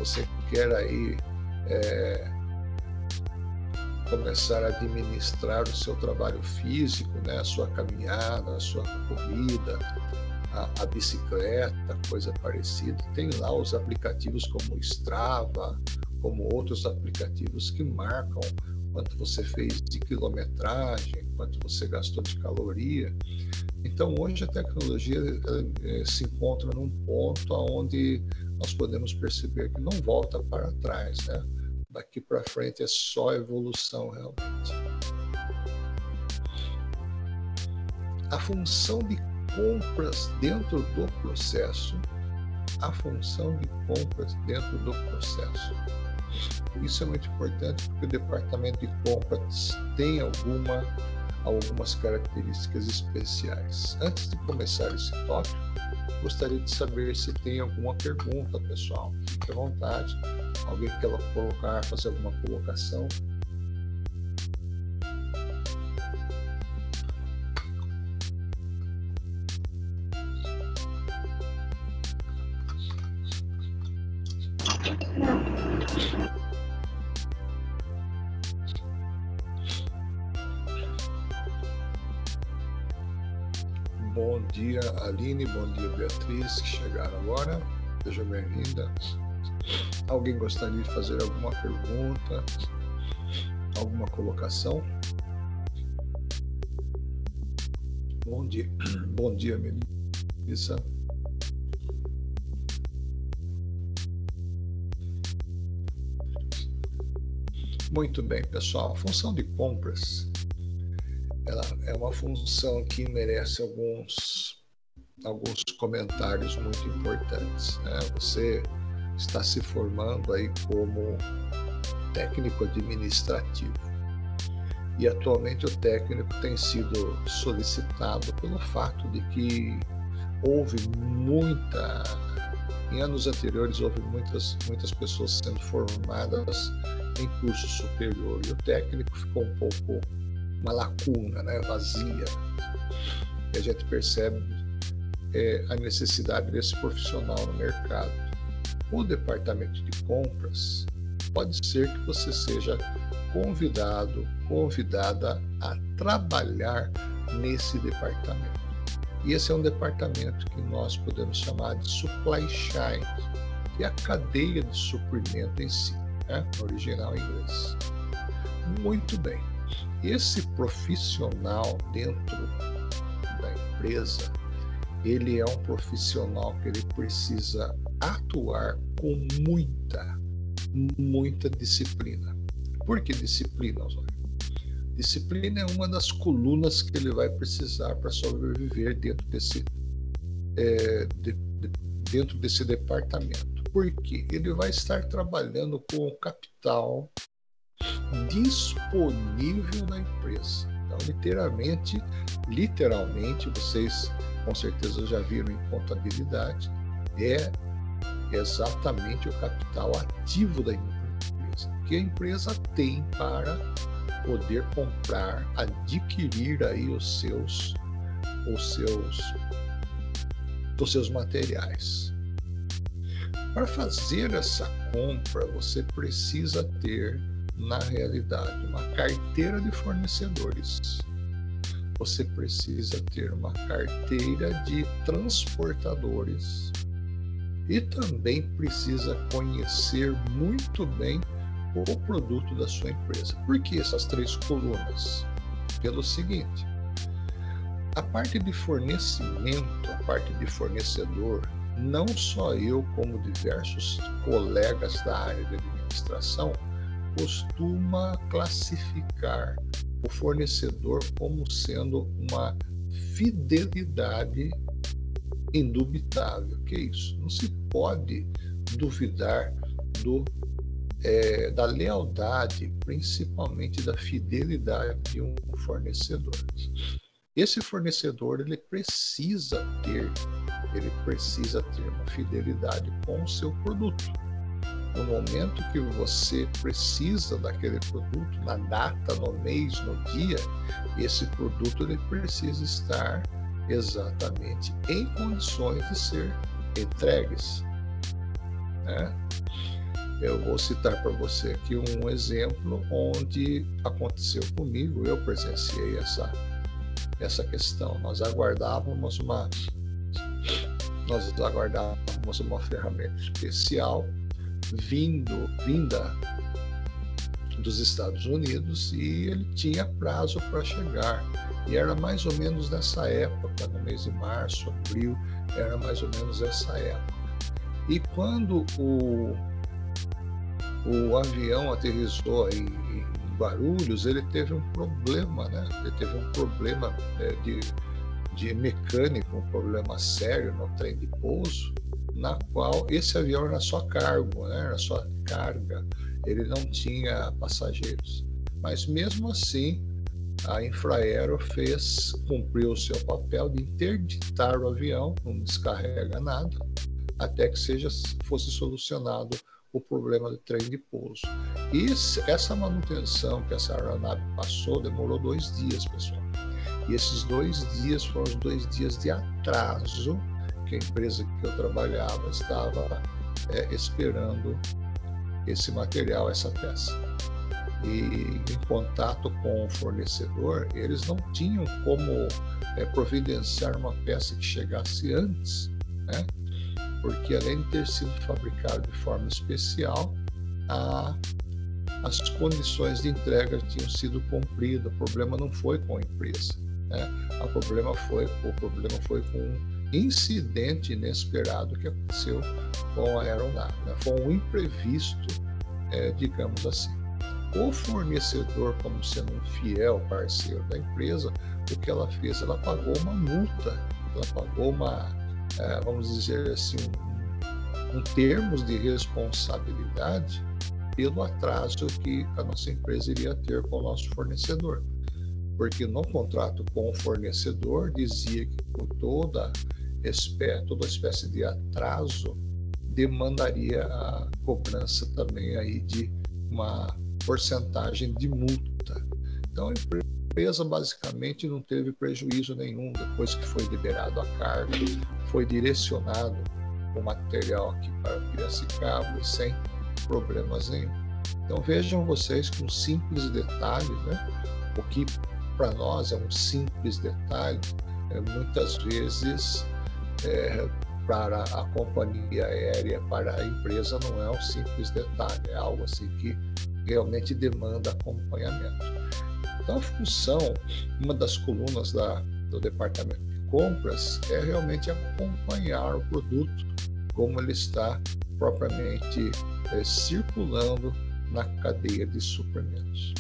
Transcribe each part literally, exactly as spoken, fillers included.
você quer aí é, começar a administrar o seu trabalho físico, né, a sua caminhada, a sua corrida, a, a bicicleta, coisa parecida, tem lá os aplicativos como o Strava, como outros aplicativos que marcam quanto você fez de quilometragem, quanto você gastou de caloria. Então, hoje a tecnologia eh, se encontra num ponto onde nós podemos perceber que não volta para trás, né? Daqui para frente é só evolução realmente. A função de compras dentro do processo, a função de compras dentro do processo. Isso é muito importante porque o departamento de compras tem alguma, algumas características especiais. Antes de começar esse tópico, gostaria de saber se tem alguma pergunta, pessoal. Fique à vontade. Alguém quer colocar, fazer alguma colocação? Bom dia, Aline. Bom dia, Beatriz, que chegaram agora. Seja bem-vinda. Alguém gostaria de fazer alguma pergunta? Alguma colocação? Bom dia. Bom dia, Melissa. Muito bem, pessoal. A função de compras, ela é uma função que merece alguns, alguns comentários muito importantes, né? Você está se formando aí como técnico administrativo e atualmente o técnico tem sido solicitado pelo fato de que houve muita, em anos anteriores houve muitas, muitas pessoas sendo formadas em curso superior e o técnico ficou um pouco uma lacuna, né, vazia. E a gente percebe é, a necessidade desse profissional no mercado. O departamento de compras pode ser que você seja convidado, convidada a trabalhar nesse departamento. E esse é um departamento que nós podemos chamar de supply chain, que é a cadeia de suprimento em si, né, no original em inglês. Muito bem. Esse profissional dentro da empresa, ele é um profissional que ele precisa atuar com muita, muita disciplina. Por que disciplina, Osório? Disciplina é uma das colunas que ele vai precisar para sobreviver dentro desse, é, de, de, dentro desse departamento. Por quê? Ele vai estar trabalhando com o capital disponível na empresa. Então, literalmente, literalmente, vocês com certeza já viram em contabilidade, é exatamente o capital ativo da empresa, que a empresa tem para poder comprar, adquirir aí os seus, os seus, os seus materiais. Para fazer essa compra, você precisa ter, na realidade, uma carteira de fornecedores. Você precisa ter uma carteira de transportadores e também precisa conhecer muito bem o produto da sua empresa. Por que essas três colunas? Pelo seguinte, a parte de fornecimento, a parte de fornecedor, não só eu, como diversos colegas da área de administração, costuma classificar o fornecedor como sendo uma fidelidade indubitável. Que é isso? Não se pode duvidar do, é, da lealdade, principalmente da fidelidade de um fornecedor. Esse fornecedor, ele precisa ter, ele precisa ter uma fidelidade com o seu produto. No momento que você precisa daquele produto, na data, no mês, no dia, esse produto ele precisa estar exatamente em condições de ser entregues, né? Eu vou citar para você aqui um exemplo onde aconteceu comigo, eu presenciei essa, essa questão. Nós aguardávamos uma, nós aguardávamos uma ferramenta especial vindo, vinda dos Estados Unidos, e ele tinha prazo para chegar. E era mais ou menos nessa época, no mês de março, abril, era mais ou menos essa época. E quando o, o avião aterrissou em, em Guarulhos, ele teve um problema, né? Ele teve um problema é, de, de mecânico, um problema sério no trem de pouso, na qual esse avião era só cargo, né? Era só carga, ele não tinha passageiros. Mas mesmo assim, a Infraero fez, cumpriu o seu papel de interditar o avião, não descarrega nada, até que seja, fosse solucionado o problema do trem de pouso. E essa manutenção que essa aeronave passou demorou dois dias, pessoal. E esses dois dias foram os dois dias de atraso que a empresa que eu trabalhava estava é, esperando esse material, essa peça. E em contato com o fornecedor, eles não tinham como é, providenciar uma peça que chegasse antes, né? Porque além de ter sido fabricado de forma especial, a, as condições de entrega tinham sido cumpridas. O problema não foi com a empresa, né? O problema foi, o problema foi com um incidente inesperado que aconteceu com a aeronave, né? Foi um imprevisto, é, digamos assim. O fornecedor, como sendo um fiel parceiro da empresa, o que ela fez? Ela pagou uma multa, ela pagou uma, é, vamos dizer assim, um, um termos de responsabilidade pelo atraso que a nossa empresa iria ter com o nosso fornecedor. Porque no contrato com o fornecedor dizia que por toda espécie, toda espécie de atraso demandaria a cobrança também aí de uma porcentagem de multa. Então a empresa basicamente não teve prejuízo nenhum depois que foi liberado a carga, foi direcionado o material aqui para Piracicaba e sem problemas nenhum. Então vejam vocês que um simples detalhe, né? O que para nós é um simples detalhe, é, muitas vezes é, para a companhia aérea, para a empresa não é um simples detalhe, é algo assim que realmente demanda acompanhamento. Então a função, uma das colunas da, do departamento de compras é realmente acompanhar o produto como ele está propriamente é, circulando na cadeia de suprimentos.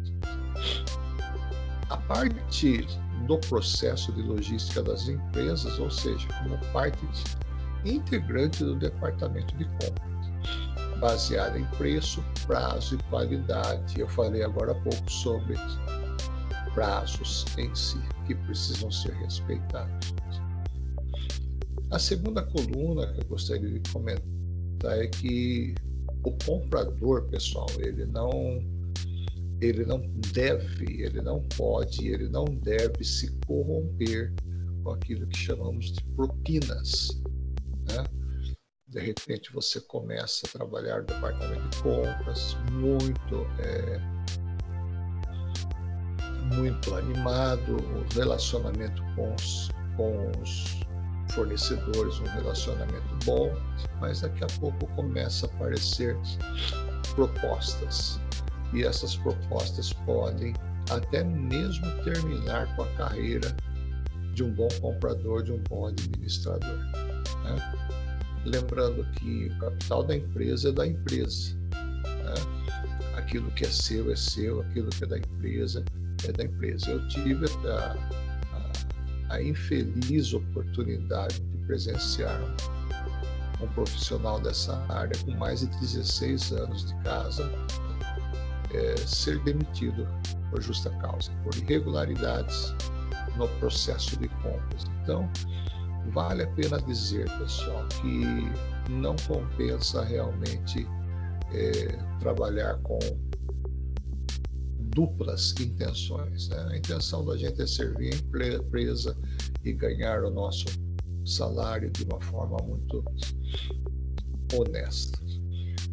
A parte do processo de logística das empresas, ou seja, como parte integrante do departamento de compras, baseada em preço, prazo e qualidade. Eu falei agora há pouco sobre prazos em si, que precisam ser respeitados. A segunda coluna que eu gostaria de comentar é que o comprador, pessoal, ele não, ele não deve, ele não pode, ele não deve se corromper com aquilo que chamamos de propinas, né? De repente você começa a trabalhar no departamento de compras muito, é, muito animado, o relacionamento com os, com os fornecedores, um relacionamento bom, mas daqui a pouco começa a aparecer propostas. E essas propostas podem até mesmo terminar com a carreira de um bom comprador, de um bom administrador, né? Lembrando que o capital da empresa é da empresa, né? Aquilo que é seu é seu, aquilo que é da empresa é da empresa. Eu tive a, a, a infeliz oportunidade de presenciar um, um profissional dessa área com mais de dezesseis anos de casa é, ser demitido por justa causa, por irregularidades no processo de compras. Então, vale a pena dizer, pessoal, que não compensa realmente é, trabalhar com duplas intenções, né? A intenção da gente é servir a empresa e ganhar o nosso salário de uma forma muito honesta.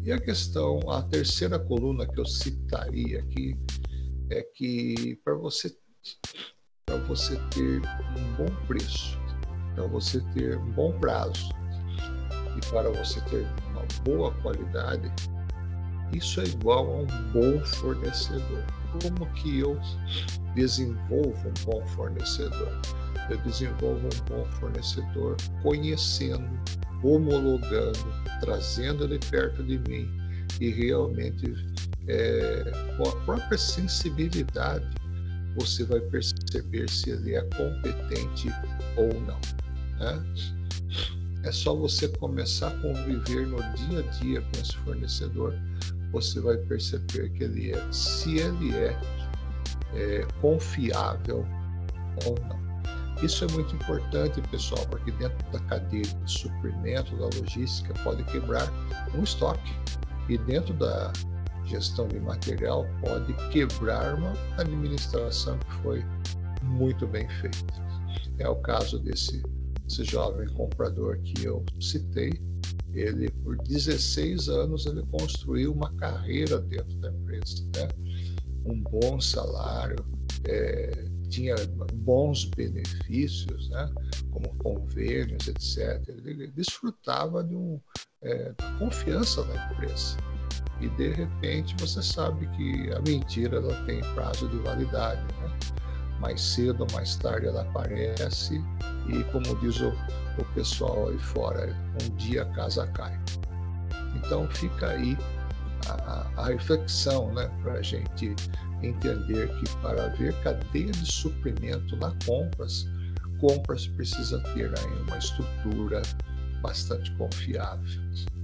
E a questão, a terceira coluna que eu citaria aqui é que para você, para você ter um bom preço, para você ter um bom prazo e para você ter uma boa qualidade, isso é igual a um bom fornecedor. Como que eu desenvolvo um bom fornecedor? Eu desenvolvo um bom fornecedor conhecendo, homologando, trazendo ele perto de mim e realmente é, com a própria sensibilidade você vai perceber se ele é competente ou não, né? É só você começar a conviver no dia a dia com esse fornecedor, você vai perceber que ele é, se ele é, é confiável ou não. Isso é muito importante, pessoal, porque dentro da cadeia de suprimento, da logística, pode quebrar um estoque. E dentro da gestão de material, pode quebrar uma administração que foi muito bem feita. É o caso desse, desse jovem comprador que eu citei. Ele, por dezesseis anos, ele construiu uma carreira dentro da empresa, né? Um bom salário, é, tinha bons benefícios, né? Como convênios, etcétera. Ele desfrutava de um, é, da confiança da empresa. E, de repente, você sabe que a mentira ela tem prazo de validade, né? Mais cedo ou mais tarde ela aparece e, como diz o, o pessoal aí fora, um dia a casa cai. Então fica aí a, a reflexão, né, para a gente entender que para haver cadeia de suprimento na compras, compras precisa ter aí uma estrutura bastante confiável.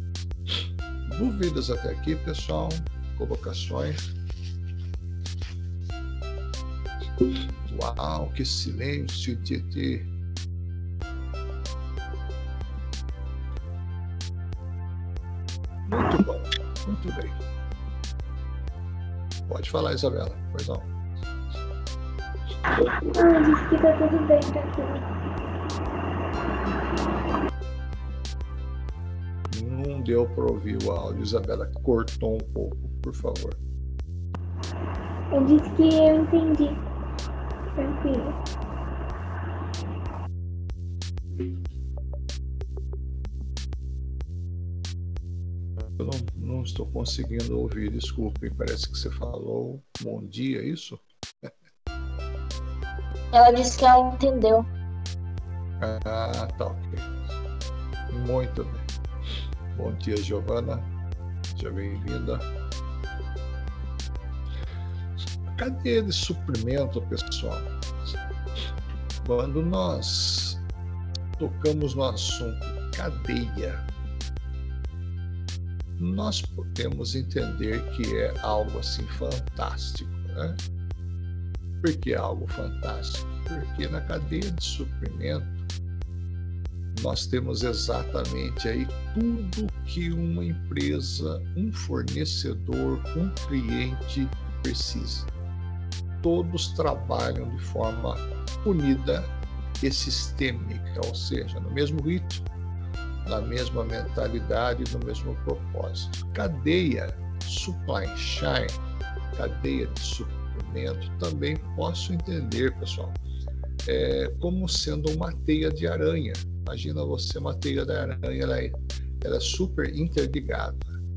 Dúvidas até aqui, pessoal? Colocações? Uau, que silêncio, Tietê! Muito bom, muito bem. Pode falar, Isabela, pois não. Ah, disse que tá tudo bem, tá tudo. Não deu para ouvir o áudio, Isabela, cortou um pouco, por favor. Eu disse que eu entendi. Tranquilo. Eu não, não estou conseguindo ouvir, desculpe. Parece que você falou bom dia, é isso? Ela disse que ela entendeu. Ah, tá ok. Muito bem. Bom dia, Giovana. Seja bem-vinda. Cadeia de suprimento, pessoal. Quando nós tocamos no assunto cadeia, nós podemos entender que é algo assim fantástico, né? Por que algo fantástico? Porque na cadeia de suprimento nós temos exatamente aí tudo que uma empresa, um fornecedor, um cliente precisa. Todos trabalham de forma unida e sistêmica, ou seja, no mesmo ritmo, na mesma mentalidade, no mesmo propósito. Cadeia supply chain, cadeia de suprimento, também posso entender, pessoal, é, como sendo uma teia de aranha. Imagina você, uma teia de aranha, ela é, ela é super interligada.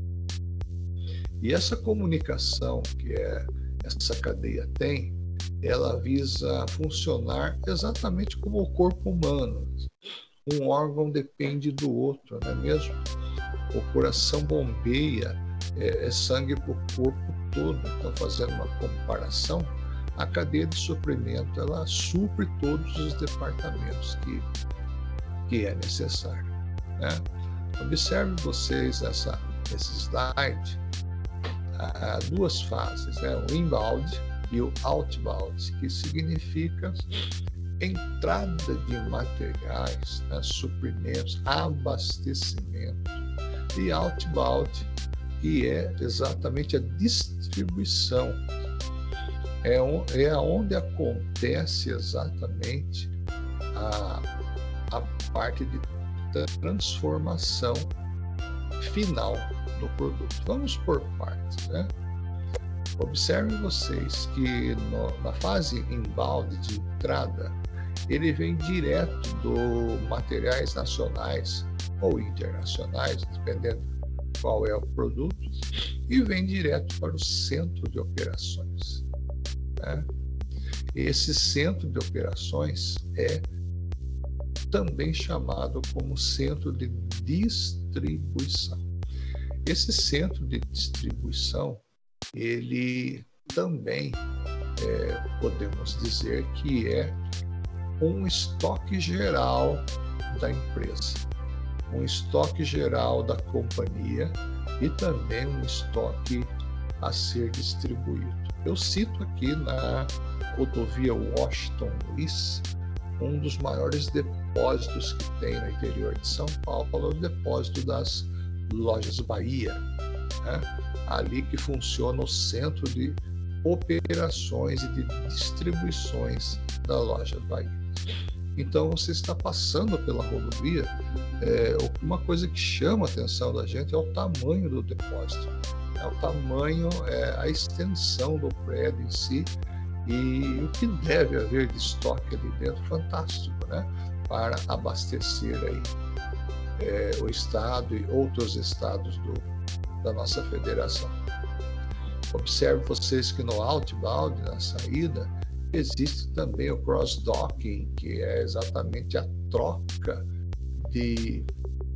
E essa comunicação que é, essa cadeia tem, ela visa funcionar exatamente como o corpo humano. Um órgão depende do outro, não é mesmo? O coração bombeia é, é sangue para o corpo todo. Então, fazendo uma comparação, a cadeia de suprimento ela supre todos os departamentos que, que é necessário, né? Observe vocês essa, esse slide, há duas fases, né? O inbound e o outbound, que significa entrada de materiais, né, suprimentos, abastecimento, e outbound, que é exatamente a distribuição, é, on, é onde acontece exatamente a, a parte de transformação final do produto. Vamos por partes, né? Observem vocês que no, na fase inbound de entrada, ele vem direto do materiais nacionais ou internacionais, dependendo qual é o produto, e vem direto para o centro de operações, né? Esse centro de operações é também chamado como centro de distribuição. Esse centro de distribuição, ele também é, podemos dizer que é um estoque geral da empresa, um estoque geral da companhia e também um estoque a ser distribuído. Eu cito aqui na rodovia Washington Luiz, um dos maiores depósitos que tem no interior de São Paulo, é o depósito das Lojas Bahia, né? Ali que funciona o centro de operações e de distribuições da Loja Bahia. Então, você está passando pela rodovia, é, uma coisa que chama a atenção da gente é o tamanho do depósito, é o tamanho, é, a extensão do prédio em si e o que deve haver de estoque ali dentro, fantástico, né? Para abastecer aí é, o estado e outros estados do, da nossa federação. Observe vocês que no outbound, na saída, existe também o cross-docking, que é exatamente a troca de,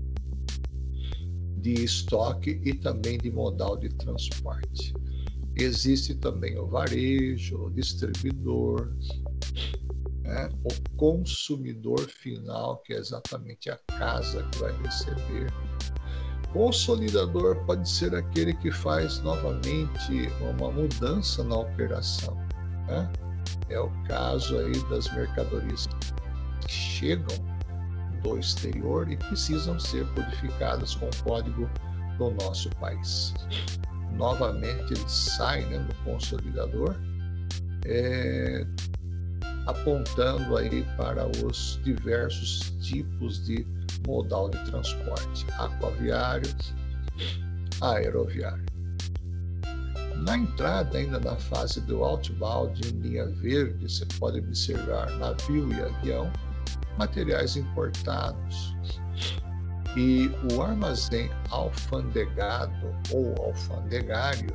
de estoque e também de modal de transporte. Existe também o varejo, o distribuidor, né? O consumidor final, que é exatamente a casa que vai receber. Consolidador pode ser aquele que faz novamente uma mudança na operação, né? É o caso aí das mercadorias que chegam do exterior e precisam ser codificadas com o código do nosso país. Novamente ele sai, né, do consolidador, é, apontando aí para os diversos tipos de modal de transporte, aquaviário, aeroviário. Na entrada, ainda na fase do outbound, em linha verde, você pode observar navio e avião, materiais importados. E o armazém alfandegado ou alfandegário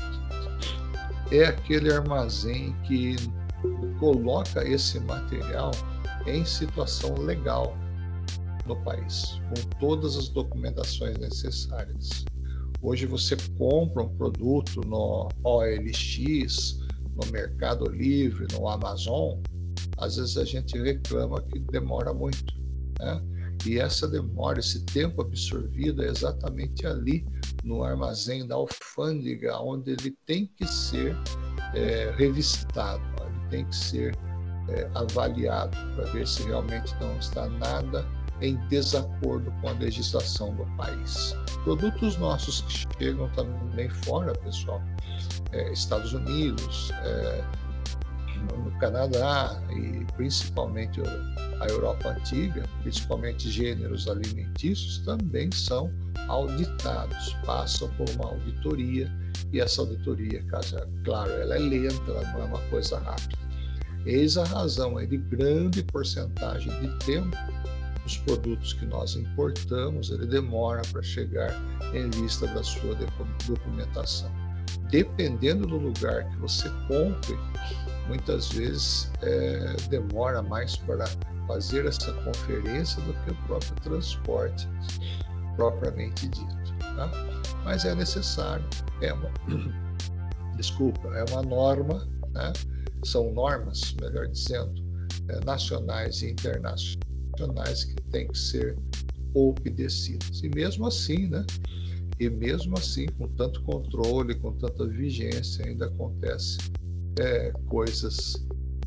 é aquele armazém que coloca esse material em situação legal no país, com todas as documentações necessárias. Hoje você compra um produto no O L X, no Mercado Livre, no Amazon, às vezes a gente reclama que demora muito, né? E essa demora, esse tempo absorvido é exatamente ali no armazém da alfândega, onde ele tem que ser é, revistado, ele tem que ser é, avaliado para ver se realmente não está nada em desacordo com a legislação do país. Produtos nossos que chegam também fora, pessoal, é, Estados Unidos, é, no Canadá e principalmente a Europa Antiga, principalmente gêneros alimentícios, também são auditados, passam por uma auditoria e essa auditoria, claro, ela é lenta, ela não é uma coisa rápida. Eis a razão aí de grande porcentagem de tempo os produtos que nós importamos, ele demora para chegar em vista da sua documentação. Dependendo do lugar que você compre, muitas vezes é, demora mais para fazer essa conferência do que o próprio transporte propriamente dito, tá? Mas é necessário, é uma, desculpa, é uma norma, né? São normas, melhor dizendo, é, nacionais e internacionais que têm que ser obedecidas. E mesmo assim, né? E mesmo assim, com tanto controle, com tanta vigência, ainda acontece é, coisas,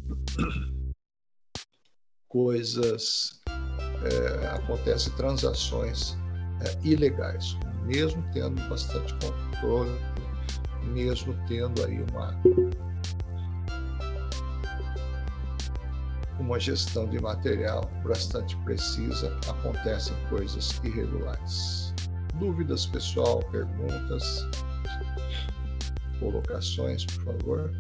coisas, é, acontecem transações é, ilegais, mesmo tendo bastante controle, mesmo tendo aí uma uma gestão de material bastante precisa, acontecem coisas irregulares. Dúvidas, pessoal? Perguntas? Colocações, por favor?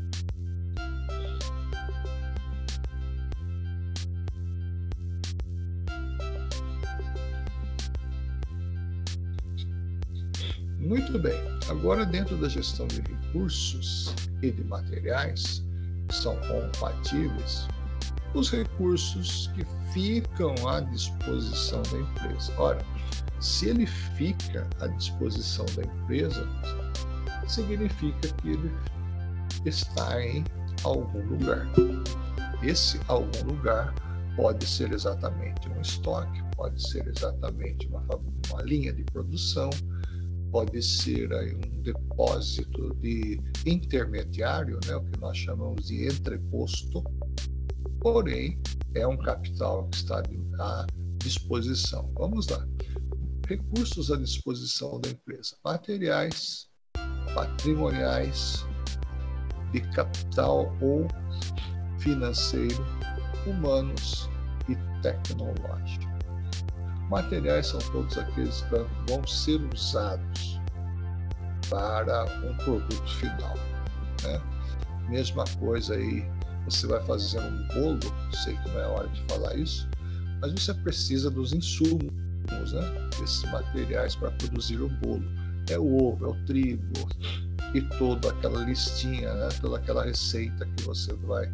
Muito bem. Agora, dentro da gestão de recursos e de materiais que são compatíveis, os recursos que ficam à disposição da empresa. Ora, se ele fica à disposição da empresa, significa que ele está em algum lugar. Esse algum lugar pode ser exatamente um estoque, pode ser exatamente uma, uma linha de produção, pode ser aí um depósito de intermediário, né, o que nós chamamos de entreposto, porém é um capital que está à disposição. Vamos lá. Recursos à disposição da empresa: materiais, patrimoniais, de capital ou financeiro, humanos e tecnológico. Materiais são todos aqueles que vão ser usados para um produto final, né? Mesma coisa aí, você vai fazer um bolo, sei que não é hora de falar isso, mas você precisa dos insumos, né? Esses materiais para produzir o bolo. É o ovo, é o trigo e toda aquela listinha, né? Toda aquela receita que você vai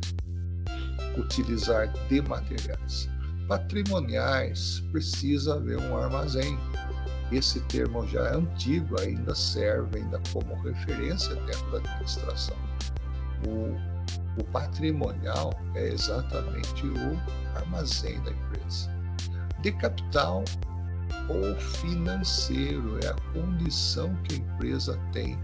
utilizar de materiais. Patrimoniais, precisa haver um armazém. Esse termo já é antigo, ainda serve ainda como referência dentro da administração. O, o patrimonial é exatamente o armazém da empresa. De capital ou financeiro é a condição que a empresa tem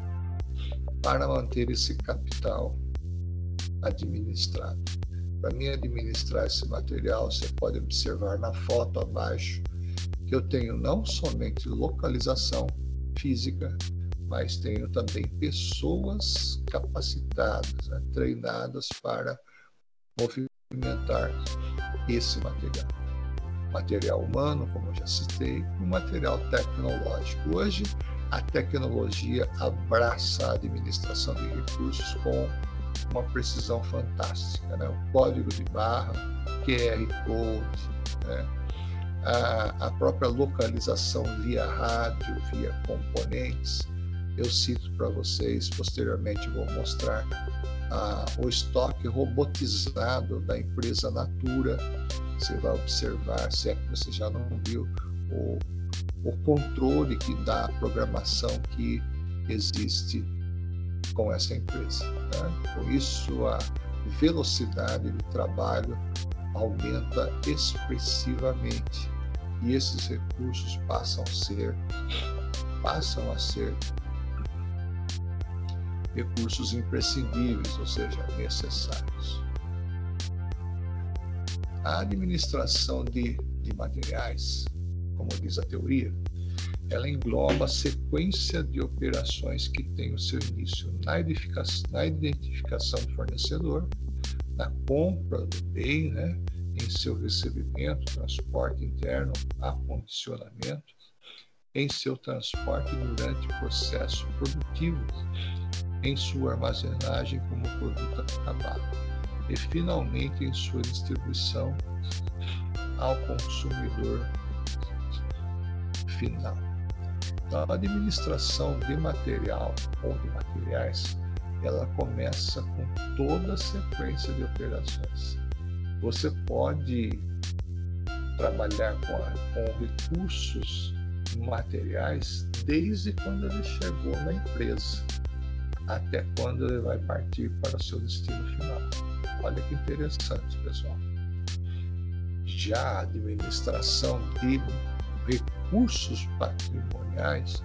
para manter esse capital administrado. Para mim administrar esse material, você pode observar na foto abaixo que eu tenho não somente localização física, mas tenho também pessoas capacitadas, né, treinadas para movimentar esse material. Material humano, como eu já citei, e material tecnológico. Hoje, a tecnologia abraça a administração de recursos com uma precisão fantástica, né? O código de barra, Q R Code, né? a, a própria localização via rádio, via componentes. Eu cito para vocês, posteriormente vou mostrar a, o estoque robotizado da empresa Natura. Você vai observar, se é que você já não viu, o, o controle que dá a programação que existe com essa empresa, né? Com isso, a velocidade de trabalho aumenta expressivamente e esses recursos passam a ser, passam a ser recursos imprescindíveis, ou seja, necessários. A administração de, de materiais, como diz a teoria, ela engloba a sequência de operações que tem o seu início na, na identificação do fornecedor, na compra do bem, né, em seu recebimento, transporte interno, acondicionamento, em seu transporte durante o processo produtivo, em sua armazenagem como produto acabado e, finalmente, em sua distribuição ao consumidor final. Então, a administração de material ou de materiais, ela começa com toda a sequência de operações. Você pode trabalhar com, a, com recursos materiais desde quando ele chegou na empresa até quando ele vai partir para o seu destino final. Olha que interessante, pessoal. Já a administração de recursos patrimoniais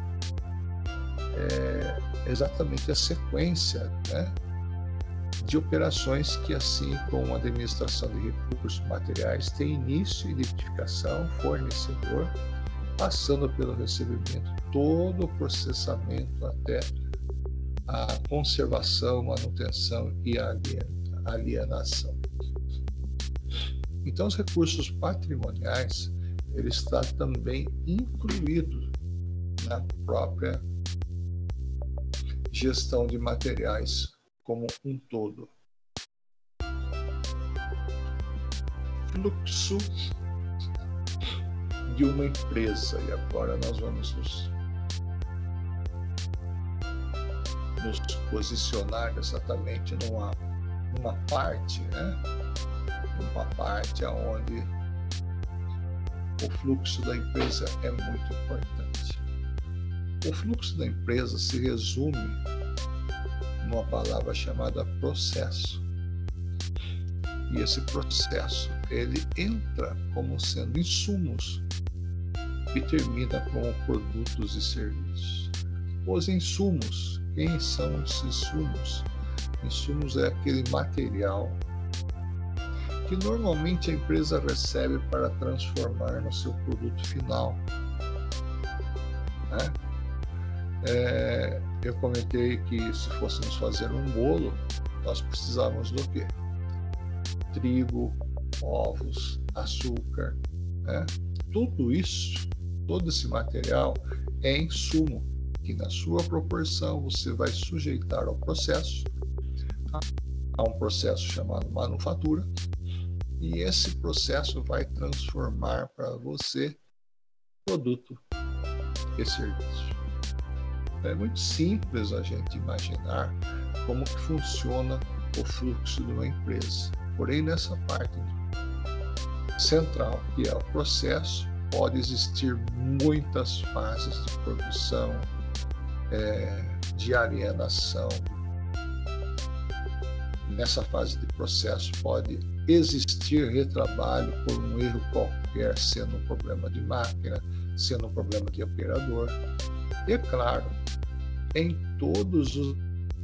é exatamente a sequência, né, de operações que, assim como a administração de recursos materiais, tem início, identificação, fornecedor, passando pelo recebimento, todo o processamento até a conservação, manutenção e a alienação. Então, os recursos patrimoniais, ele está também incluído na própria gestão de materiais como um todo. Fluxo de uma empresa. E agora nós vamos nos, nos posicionar exatamente numa, numa parte, né? Numa parte onde o fluxo da empresa é muito importante. O fluxo da empresa se resume numa palavra chamada processo. E esse processo, ele entra como sendo insumos e termina com produtos e serviços. Os insumos, quem são os insumos? Insumos é aquele material que normalmente a empresa recebe para transformar no seu produto final. Né? É, eu comentei que se fôssemos fazer um bolo, nós precisávamos do quê? Trigo, ovos, açúcar, né? Tudo isso, todo esse material é insumo que na sua proporção você vai sujeitar ao processo, a um processo chamado manufatura, e esse processo vai transformar para você produto e serviço. É muito simples a gente imaginar como que funciona o fluxo de uma empresa. Porém, nessa parte central, que é o processo, pode existir muitas fases de produção, é, de alienação. Nessa fase de processo pode existir retrabalho por um erro qualquer, sendo um problema de máquina, sendo um problema de operador. E, é claro, em todos os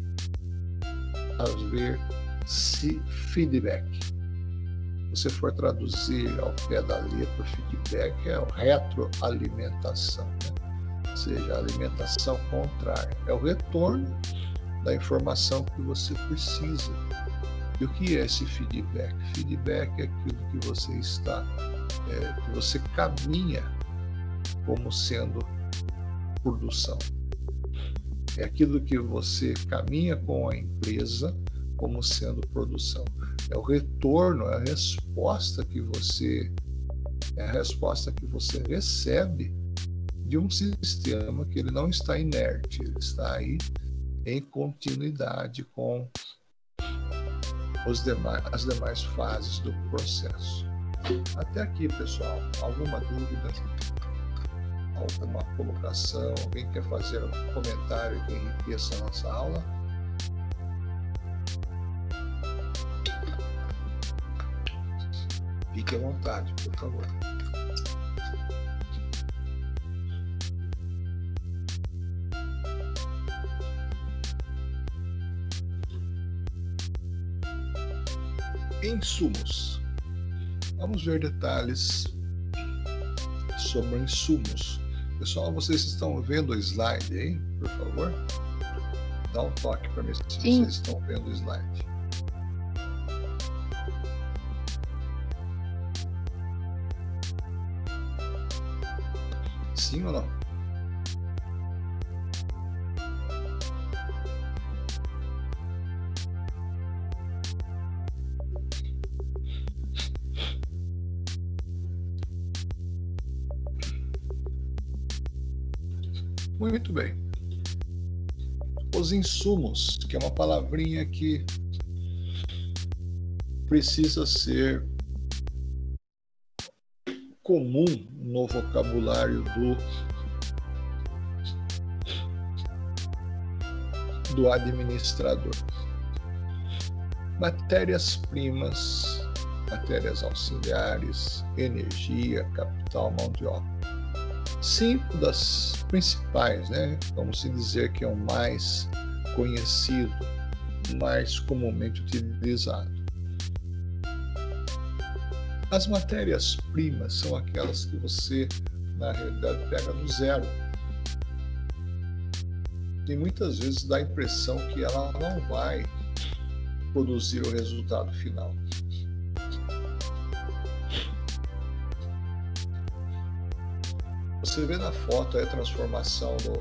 haver-se feedback. Se você for traduzir ao pé da letra, feedback é a retroalimentação, né? Ou seja, a alimentação contrária. É o retorno da informação que você precisa. E o que é esse feedback? Feedback é aquilo que você está, é, que você caminha como sendo produção. É aquilo que você caminha com a empresa como sendo produção. É o retorno, é a resposta que você, é a resposta que você recebe de um sistema que ele não está inerte, ele está aí em continuidade com os demais, as demais fases do processo. Até aqui, pessoal, alguma dúvida? Alguma colocação? Alguém quer fazer um comentário que enriqueça a nossa aula? Fique à vontade, por favor. Insumos. Vamos ver detalhes sobre insumos. Pessoal, vocês estão vendo o slide aí, por favor? Dá um toque para mim se Sim. vocês estão vendo o slide. Sim ou não? Muito bem. Os insumos, que é uma palavrinha que precisa ser comum no vocabulário do, do administrador. Matérias-primas, matérias auxiliares, energia, capital, mão de obra. Cinco das principais, né? Vamos dizer que é o mais conhecido, mais comumente utilizado. As matérias-primas são aquelas que você, na realidade, pega do zero. E muitas vezes dá a impressão que ela não vai produzir o resultado final. Você vê na foto aí a transformação do,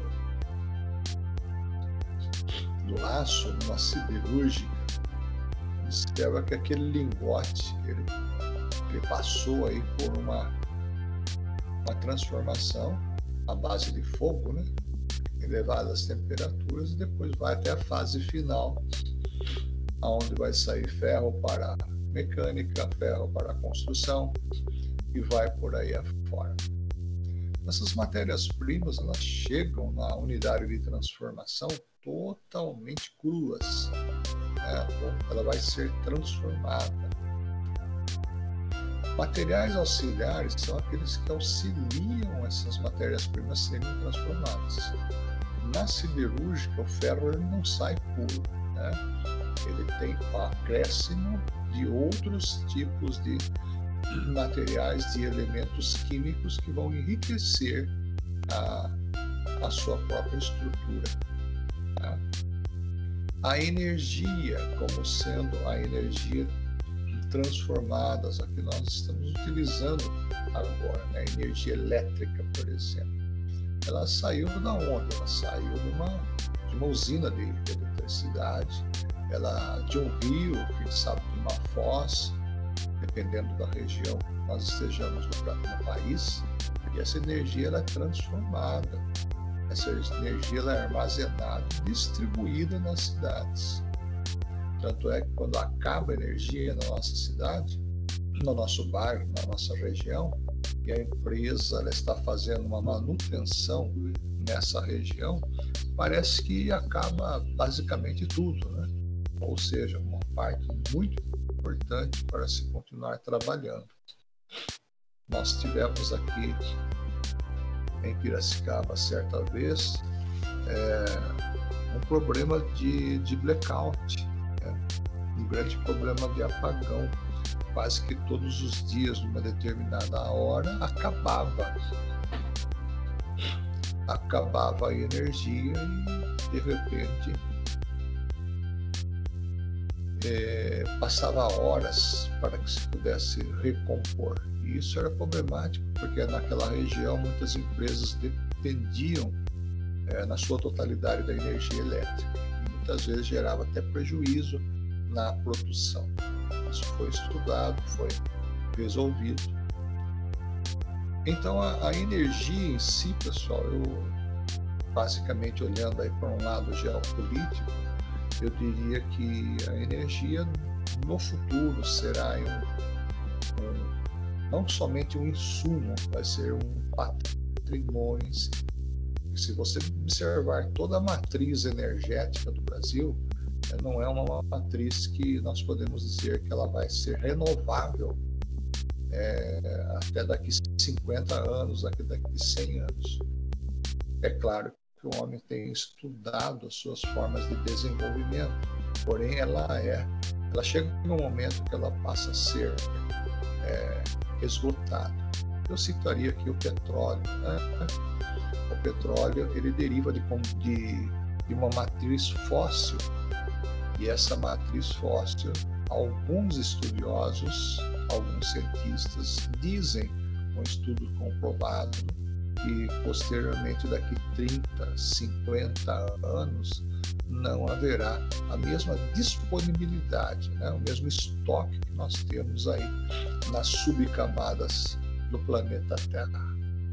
do aço numa siderúrgica. Observa que aquele lingote, ele, ele passou aí por uma, uma transformação à base de fogo, né? Elevadas temperaturas, e depois vai até a fase final, onde vai sair ferro para mecânica, ferro para construção e vai por aí afora. Essas matérias-primas, elas chegam na unidade de transformação totalmente cruas, né? Ela vai ser transformada. Materiais auxiliares são aqueles que auxiliam essas matérias-primas serem transformadas. Na siderúrgica, o ferro ele não sai puro, né? Ele tem o acréscimo de outros tipos de materiais, de elementos químicos que vão enriquecer a, a sua própria estrutura. Tá? A energia, como sendo a energia transformadas, a que nós estamos utilizando agora, né? A energia elétrica, por exemplo, ela saiu da onde? Ela saiu de uma, de uma usina de eletricidade, ela, de um rio, quem sabe de uma foz, dependendo da região que nós estejamos no, no país, e essa energia ela é transformada, essa energia ela é armazenada, distribuída nas cidades. Tanto é que quando acaba a energia na nossa cidade, no nosso bairro, na nossa região, e a empresa ela está fazendo uma manutenção nessa região, parece que acaba basicamente tudo, né? Ou seja, uma parte muito importante para se continuar trabalhando. Nós tivemos aqui em Piracicaba, certa vez, é, um problema de, de blackout, né? Um grande problema de apagão. Quase que todos os dias, numa determinada hora, acabava. Acabava a energia e, de repente, é, passava horas para que se pudesse recompor. E isso era problemático, porque naquela região muitas empresas dependiam, é, na sua totalidade, da energia elétrica. E muitas vezes gerava até prejuízo na produção. Isso foi estudado, foi resolvido. Então a, a energia em si, pessoal, eu basicamente olhando aí para um lado geopolítico, eu diria que a energia no futuro será um, um, não somente um insumo, vai ser um patrimônio em si. E se você observar toda a matriz energética do Brasil, não é uma matriz que nós podemos dizer que ela vai ser renovável é, até daqui cinquenta anos, até daqui cem anos. É claro que o homem tem estudado as suas formas de desenvolvimento, porém ela é, ela chega num momento que ela passa a ser é, esgotada. Eu citaria aqui o petróleo, né? O petróleo ele deriva de, de, de uma matriz fóssil. E essa matriz fóssil, alguns estudiosos, alguns cientistas dizem, um estudo comprovado, que posteriormente, daqui trinta, cinquenta anos, não haverá a mesma disponibilidade, né? O mesmo estoque que nós temos aí nas subcamadas do planeta Terra.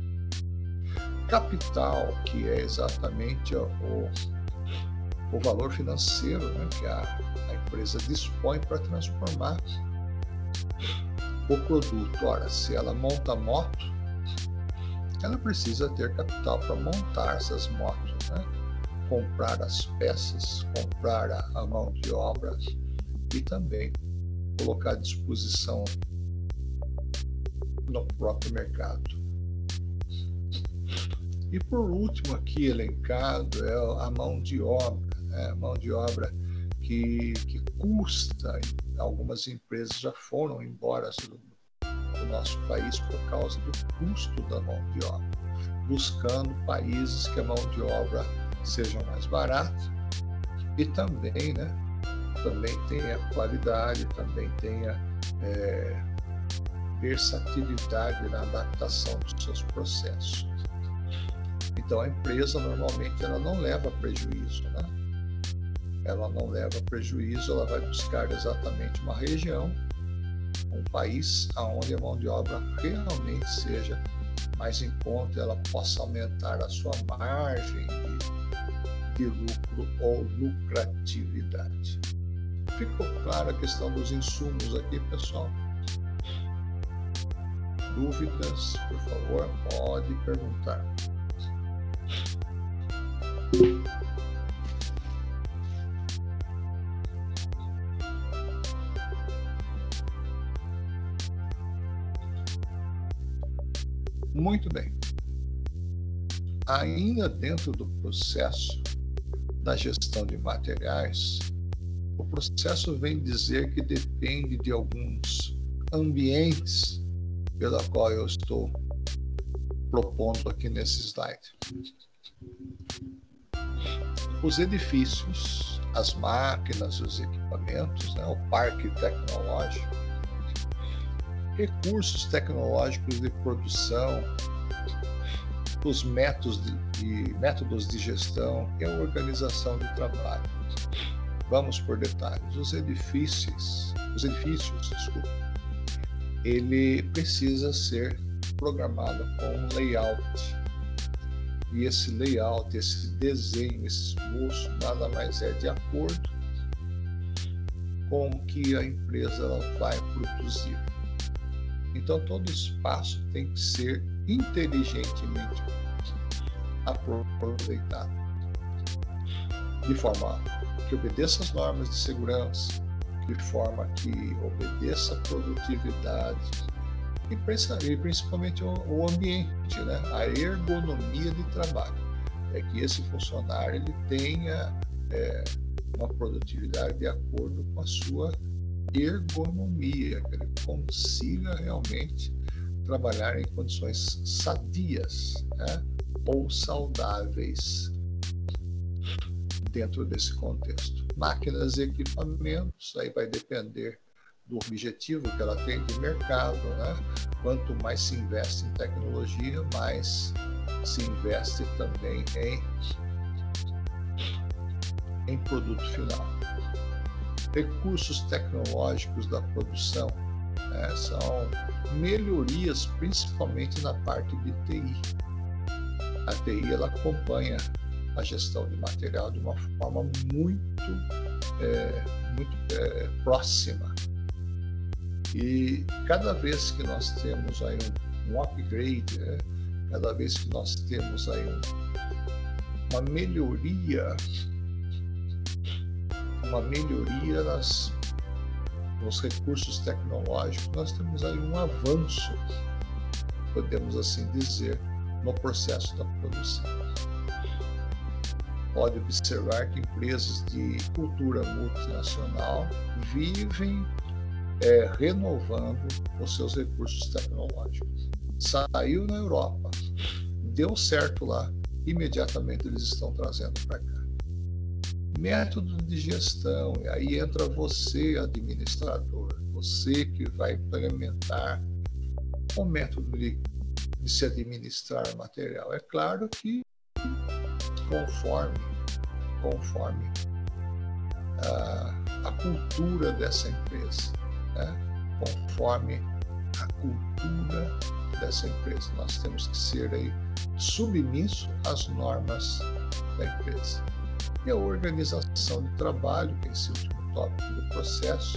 Capital, que é exatamente o o valor financeiro, né, que a, a empresa dispõe para transformar o produto. Ora, se ela monta moto, ela precisa ter capital para montar essas motos, né? Comprar as peças, comprar a, a mão de obra e também colocar à disposição no próprio mercado. E por último aqui elencado é a mão de obra. É, mão de obra que, que custa, algumas empresas já foram embora do, do nosso país por causa do custo da mão de obra, buscando países que a mão de obra seja mais barata e também, né, também tenha qualidade, também tenha é, versatilidade na adaptação dos seus processos. Então a empresa normalmente ela não leva prejuízo, né? Ela não leva prejuízo, ela vai buscar exatamente uma região, um país onde a mão de obra realmente seja mais em conta, ela possa aumentar a sua margem de, de lucro ou lucratividade. Ficou clara a questão dos insumos aqui, pessoal? Dúvidas, por favor, pode perguntar. Muito bem. Ainda dentro do processo da gestão de materiais, o processo vem dizer que depende de alguns ambientes pela qual eu estou propondo aqui nesse slide. Os edifícios, as máquinas, os equipamentos, né, o parque tecnológico, recursos tecnológicos de produção, os métodos de, de, métodos de gestão e a organização de trabalho. Vamos por detalhes. Os edifícios, os edifícios, desculpa, ele precisa ser programado com um layout. E esse layout, esse desenho, esse esboço, nada mais é de acordo com o que a empresa ela vai produzir. Então, todo espaço tem que ser inteligentemente aproveitado, de forma que obedeça as normas de segurança, de forma que obedeça a produtividade e principalmente o ambiente, né? A ergonomia de trabalho. É que esse funcionário ele tenha é, uma produtividade de acordo com a sua ergonomia, que ele consiga realmente trabalhar em condições sadias, né? Ou saudáveis dentro desse contexto. Máquinas e equipamentos, aí vai depender do objetivo que ela tem de mercado, né? Quanto mais se investe em tecnologia, mais se investe também em, em produto final. Recursos tecnológicos da produção, né? São melhorias principalmente na parte de T I. A T I ela acompanha a gestão de material de uma forma muito, é, muito é, próxima. E cada vez que nós temos aí um, um upgrade, né? Cada vez que nós temos aí um, uma melhoria, uma melhoria nas, nos recursos tecnológicos, nós temos aí um avanço, podemos assim dizer, no processo da produção. Pode observar que empresas de cultura multinacional vivem é, renovando os seus recursos tecnológicos. Saiu na Europa, deu certo lá, imediatamente eles estão trazendo para cá. Método de gestão, e aí entra você, administrador, você que vai implementar o método de, de se administrar material. É claro que conforme, conforme a, a cultura dessa empresa, né? Conforme a cultura dessa empresa, nós temos que ser aí submissos às normas da empresa. E a organização de trabalho, que é esse último tópico do processo,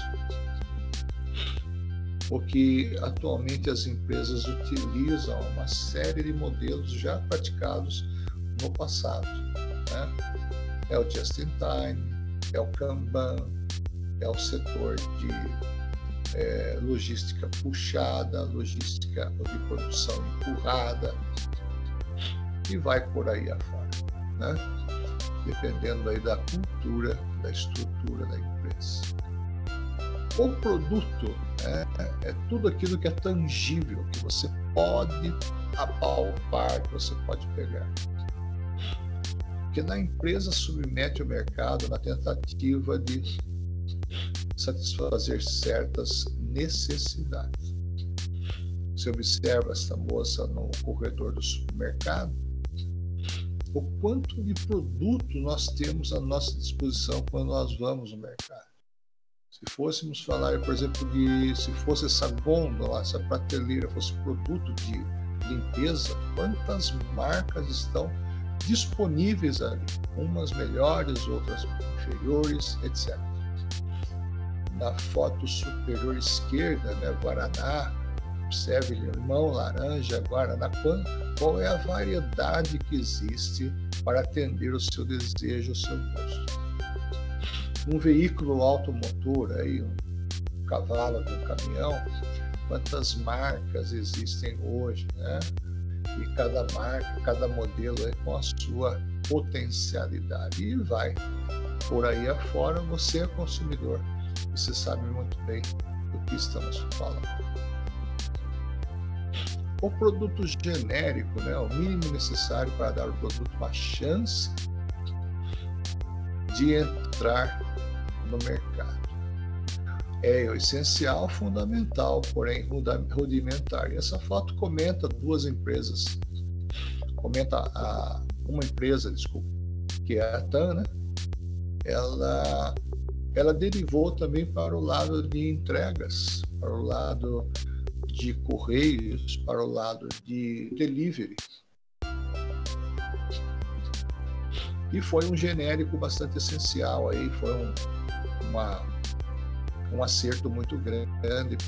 porque atualmente as empresas utilizam uma série de modelos já praticados no passado, né? É o just in time, é o Kanban, é o setor de é, logística puxada, logística de produção empurrada, e vai por aí afora, né? Dependendo aí da cultura, da estrutura da empresa. O produto é, é tudo aquilo que é tangível, que você pode apalpar, que você pode pegar. Porque na empresa submete o mercado na tentativa de satisfazer certas necessidades. Você observa essa moça no corredor do supermercado, o quanto de produto nós temos à nossa disposição quando nós vamos no mercado. Se fôssemos falar, por exemplo, de se fosse essa gôndola, essa prateleira fosse produto de limpeza, quantas marcas estão disponíveis ali, umas melhores, outras inferiores, etcétera. Na foto superior esquerda, né, Guaraná, observe limão, laranja, Guaraná, qual é a variedade que existe para atender o seu desejo, o seu gosto. Um veículo automotor, aí, um cavalo de um caminhão, quantas marcas existem hoje, né? E cada marca, cada modelo é com a sua potencialidade. E vai por aí afora, você é consumidor, você sabe muito bem do que estamos falando. O produto genérico, né, o mínimo necessário para dar ao produto uma chance de entrar no mercado. É o essencial, fundamental, porém rudimentar. E essa foto comenta duas empresas. Comenta a, uma empresa, desculpa, que é a TAM, né? Ela, ela derivou também para o lado de entregas, para o lado de correios, para o lado de delivery. E foi um genérico bastante essencial aí, foi um, uma, um acerto muito grande,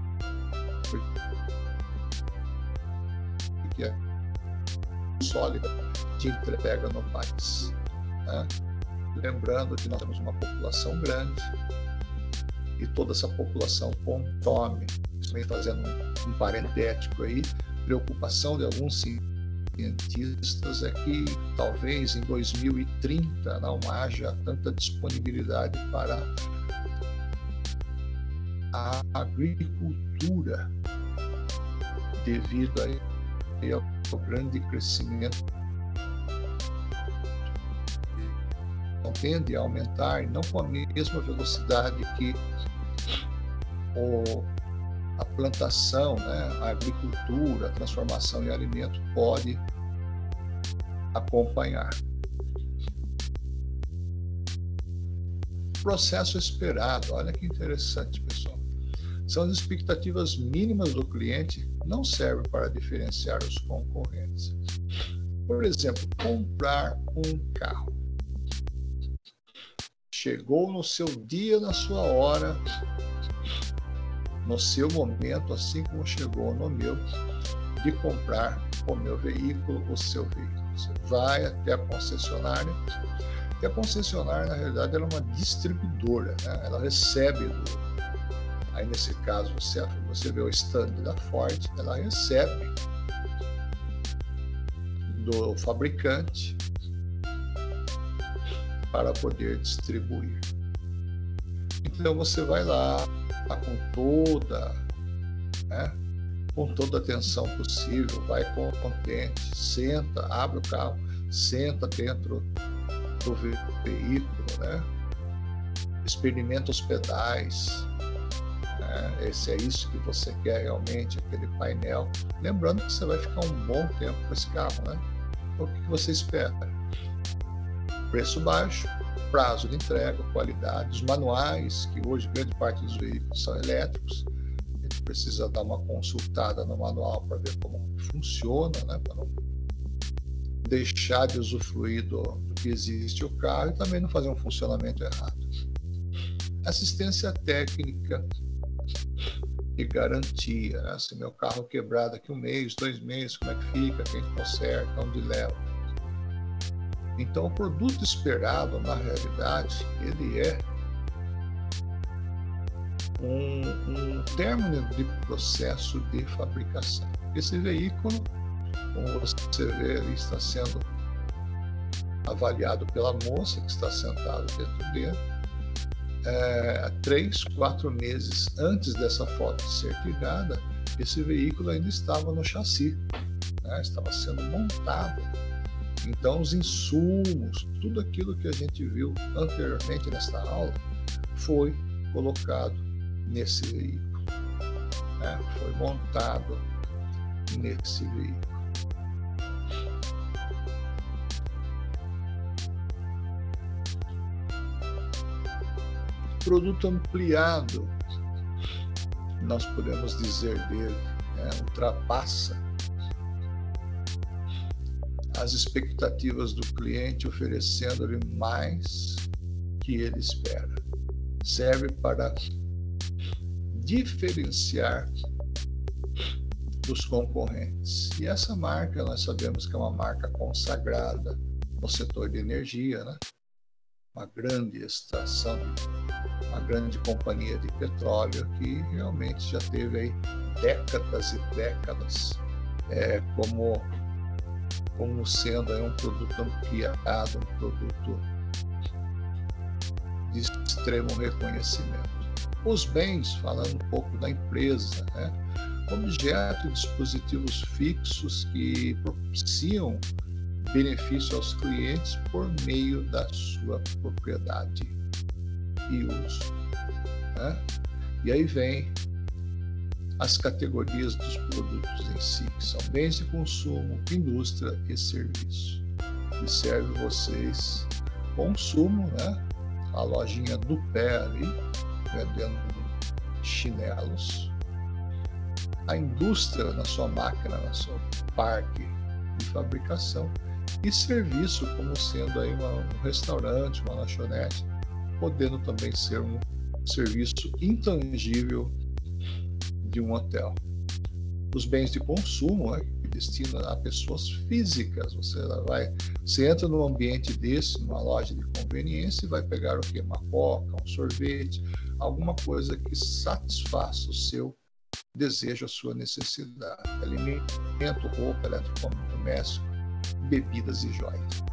porque é sólida de entrega no país, né? Lembrando que nós temos uma população grande e toda essa população consome, fazendo um, um parentético aí, preocupação de alguns cientistas é que talvez em dois mil e trinta não haja tanta disponibilidade para a agricultura devido aí ao grande crescimento. Então, tende a aumentar, não com a mesma velocidade que o, a plantação, né, a agricultura, a transformação em alimento pode acompanhar. Processo esperado, olha que interessante, pessoal. São as expectativas mínimas do cliente, não servem para diferenciar os concorrentes. Por exemplo, comprar um carro. Chegou no seu dia, na sua hora, no seu momento, assim como chegou no meu, de comprar o meu veículo, o seu veículo. Você vai até a concessionária, e a concessionária, na realidade, ela é uma distribuidora, né? Ela recebe, do, aí nesse caso, você, você vê o stand da Ford, ela recebe do fabricante para poder distribuir. Então você vai lá com toda, né, com toda a atenção possível, vai contente, senta, abre o carro, senta dentro do veículo, né, experimenta os pedais, né, esse é isso que você quer realmente, aquele painel. Lembrando que você vai ficar um bom tempo com esse carro, né? O que você espera? Preço baixo, prazo de entrega, qualidade, os manuais, que hoje grande parte dos veículos são elétricos, a gente precisa dar uma consultada no manual para ver como funciona, né, para não deixar de usufruir do, do que existe o carro e também não fazer um funcionamento errado. Assistência técnica e garantia, né? Se meu carro quebrar daqui um mês, dois meses, como é que fica, quem conserta, onde leva. Então, o produto esperado, na realidade, ele é um, um término de processo de fabricação. Esse veículo, como você vê, ele está sendo avaliado pela moça que está sentada dentro dele. É, três, quatro meses antes dessa foto ser tirada, esse veículo ainda estava no chassi, né? Estava sendo montado. Então, os insumos, tudo aquilo que a gente viu anteriormente nesta aula, foi colocado nesse veículo, né? Foi montado nesse veículo. produto ampliado, nós podemos dizer dele, né? Ultrapassa as expectativas do cliente, oferecendo-lhe mais que ele espera. Serve para diferenciar dos concorrentes. E essa marca, nós sabemos que é uma marca consagrada no setor de energia, né? Uma grande extração, uma grande companhia de petróleo que realmente já teve aí décadas e décadas é, como, como sendo aí um produto ampliado, um produto de extremo reconhecimento. Os bens, falando um pouco da empresa, né? Objetos e dispositivos fixos que propiciam benefício aos clientes por meio da sua propriedade e uso, né? E aí vem as categorias dos produtos em si, que são bens de consumo, indústria e serviço. Observe vocês, consumo, né? A lojinha do pé ali, vendendo chinelos. A indústria na sua máquina, no seu parque de fabricação. E serviço como sendo aí uma, um restaurante, uma lanchonete, podendo também ser um serviço intangível de um hotel. Os bens de consumo, né, que destinam a pessoas físicas. Você vai, você entra num ambiente desse, numa loja de conveniência, e vai pegar o quê? Uma coca, um sorvete, alguma coisa que satisfaça o seu desejo, a sua necessidade. Alimento, roupa, eletrodoméstico, bebidas e joias.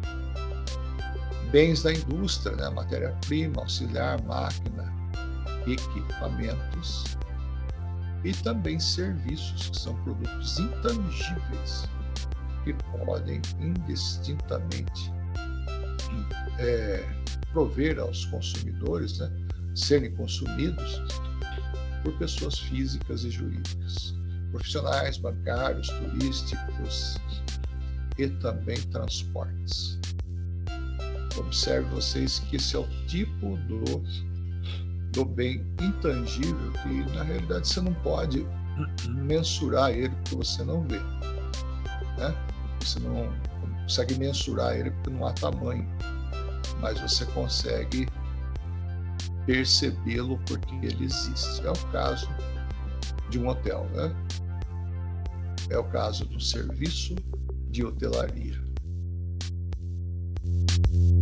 Bens da indústria, né? Matéria-prima, auxiliar, máquina, equipamentos. E também serviços, que são produtos intangíveis, que podem indistintamente é, prover aos consumidores, né? Serem consumidos por pessoas físicas e jurídicas, profissionais, bancários, turísticos e também transportes. Observe vocês que esse é o tipo do, do bem intangível que, na realidade, você não pode mensurar ele porque você não vê, né? Você não consegue mensurar ele porque não há tamanho, mas você consegue percebê-lo porque ele existe. É o caso de um hotel, né? É o caso do serviço de hotelaria.